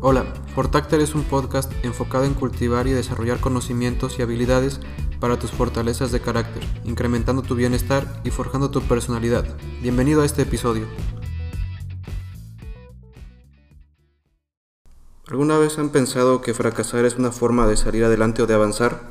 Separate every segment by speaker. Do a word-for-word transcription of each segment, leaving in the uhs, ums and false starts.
Speaker 1: Hola, Fortacter es un podcast enfocado en cultivar y desarrollar conocimientos y habilidades para tus fortalezas de carácter, incrementando tu bienestar y forjando tu personalidad. Bienvenido a este episodio. ¿Alguna vez han pensado que fracasar es una forma de salir adelante o de avanzar?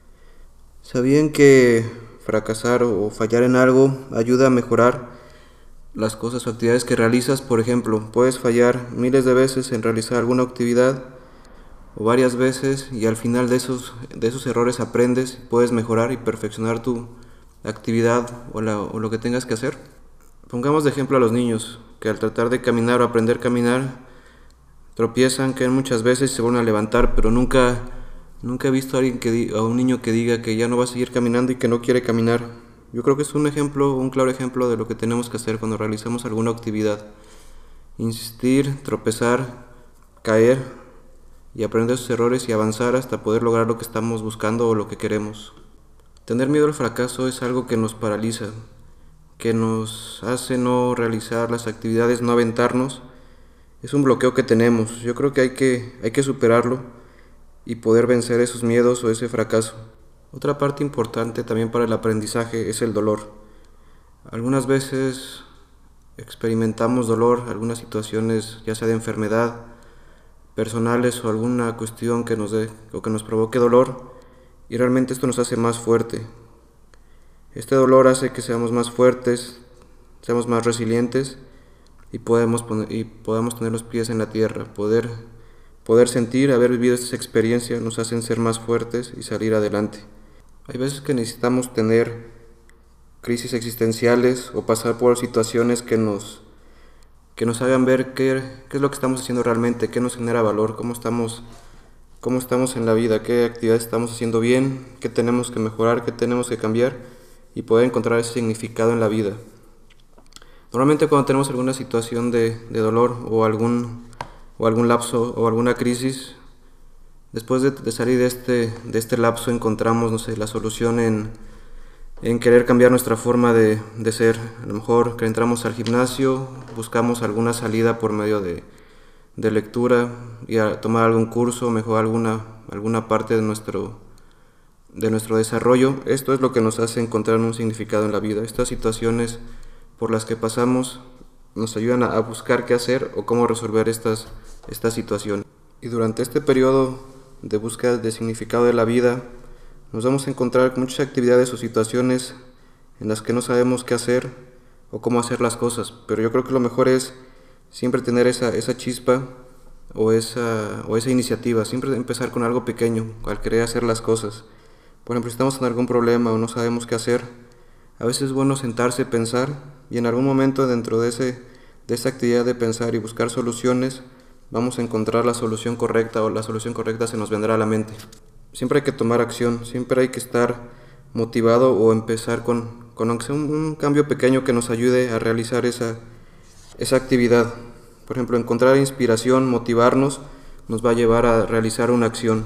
Speaker 1: ¿Sabían que fracasar o fallar en algo ayuda a mejorar las cosas o actividades que realizas? Por ejemplo, puedes fallar miles de veces en realizar alguna actividad o varias veces y al final de esos, de esos errores aprendes, puedes mejorar y perfeccionar tu actividad o, la, o lo que tengas que hacer. Pongamos de ejemplo a los niños, que al tratar de caminar o aprender a caminar, tropiezan, caen muchas veces y se vuelven a levantar, pero nunca, nunca he visto a, alguien que di- a un niño que diga que ya no va a seguir caminando y que no quiere caminar. Yo creo que es un ejemplo, un claro ejemplo de lo que tenemos que hacer cuando realizamos alguna actividad. Insistir, tropezar, caer y aprender sus errores y avanzar hasta poder lograr lo que estamos buscando o lo que queremos. Tener miedo al fracaso es algo que nos paraliza, que nos hace no realizar las actividades, no aventarnos. Es un bloqueo que tenemos. Yo creo que hay que, hay que superarlo y poder vencer esos miedos o ese fracaso. Otra parte importante también para el aprendizaje es el dolor. Algunas veces experimentamos dolor, algunas situaciones ya sea de enfermedad, personales o alguna cuestión que nos dé o que nos provoque dolor, y realmente esto nos hace más fuerte. Este dolor hace que seamos más fuertes, seamos más resilientes y podemos poner, y podamos tener los pies en la tierra, poder poder sentir, haber vivido estas experiencias nos hacen ser más fuertes y salir adelante. Hay veces que necesitamos tener crisis existenciales o pasar por situaciones que nos, que nos hagan ver qué, qué es lo que estamos haciendo realmente, qué nos genera valor, cómo estamos, cómo estamos en la vida, qué actividades estamos haciendo bien, qué tenemos que mejorar, qué tenemos que cambiar y poder encontrar ese significado en la vida. Normalmente cuando tenemos alguna situación de, de dolor o algún, o algún lapso o alguna crisis, después de, de salir de este, de este lapso encontramos, no sé, la solución en, en querer cambiar nuestra forma de, de ser. A lo mejor que entramos al gimnasio, buscamos alguna salida por medio de, de lectura y a tomar algún curso, mejorar alguna, alguna parte de nuestro, de nuestro desarrollo. Esto es lo que nos hace encontrar un significado en la vida. Estas situaciones por las que pasamos nos ayudan a, a buscar qué hacer o cómo resolver estas, estas situaciones. Y durante este periodo de búsqueda de significado de la vida, nos vamos a encontrar con muchas actividades o situaciones en las que no sabemos qué hacer o cómo hacer las cosas, pero yo creo que lo mejor es siempre tener esa, esa chispa o esa, o esa iniciativa, siempre empezar con algo pequeño al querer hacer las cosas. Por ejemplo, si estamos en algún problema o no sabemos qué hacer, a veces es bueno sentarse, pensar y en algún momento dentro de, ese, de esa actividad de pensar y buscar soluciones, vamos a encontrar la solución correcta o la solución correcta se nos vendrá a la mente. Siempre hay que tomar acción, siempre hay que estar motivado o empezar con, con aunque sea un, un cambio pequeño que nos ayude a realizar esa, esa actividad. Por ejemplo, encontrar inspiración, motivarnos, nos va a llevar a realizar una acción.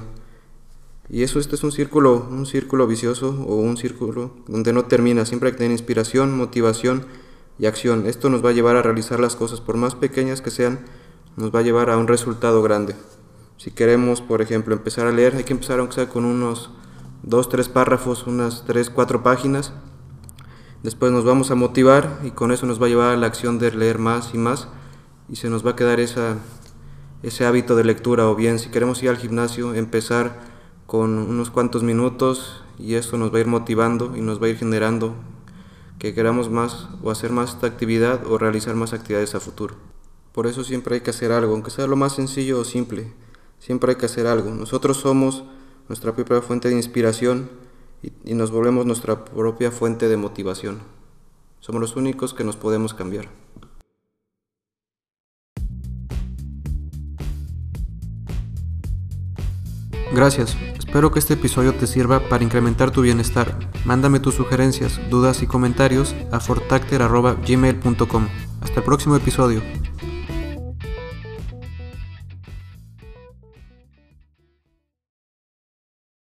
Speaker 1: Y eso este es un círculo, un círculo vicioso o un círculo donde no termina. Siempre hay que tener inspiración, motivación y acción. Esto nos va a llevar a realizar las cosas, por más pequeñas que sean, nos va a llevar a un resultado grande. Si queremos, por ejemplo, empezar a leer, hay que empezar aunque sea con unos dos, tres párrafos, unas tres, cuatro páginas. Después nos vamos a motivar y con eso nos va a llevar a la acción de leer más y más y se nos va a quedar esa, ese hábito de lectura. O bien, si queremos ir al gimnasio, empezar con unos cuantos minutos y esto nos va a ir motivando y nos va a ir generando que queramos más o hacer más esta actividad o realizar más actividades a futuro. Por eso siempre hay que hacer algo, aunque sea lo más sencillo o simple, siempre hay que hacer algo. Nosotros somos nuestra propia fuente de inspiración y, y nos volvemos nuestra propia fuente de motivación. Somos los únicos que nos podemos cambiar. Gracias, espero que este episodio te sirva para incrementar tu bienestar. Mándame tus sugerencias, dudas y comentarios a fortacter arroba gmail punto com. Hasta el próximo episodio.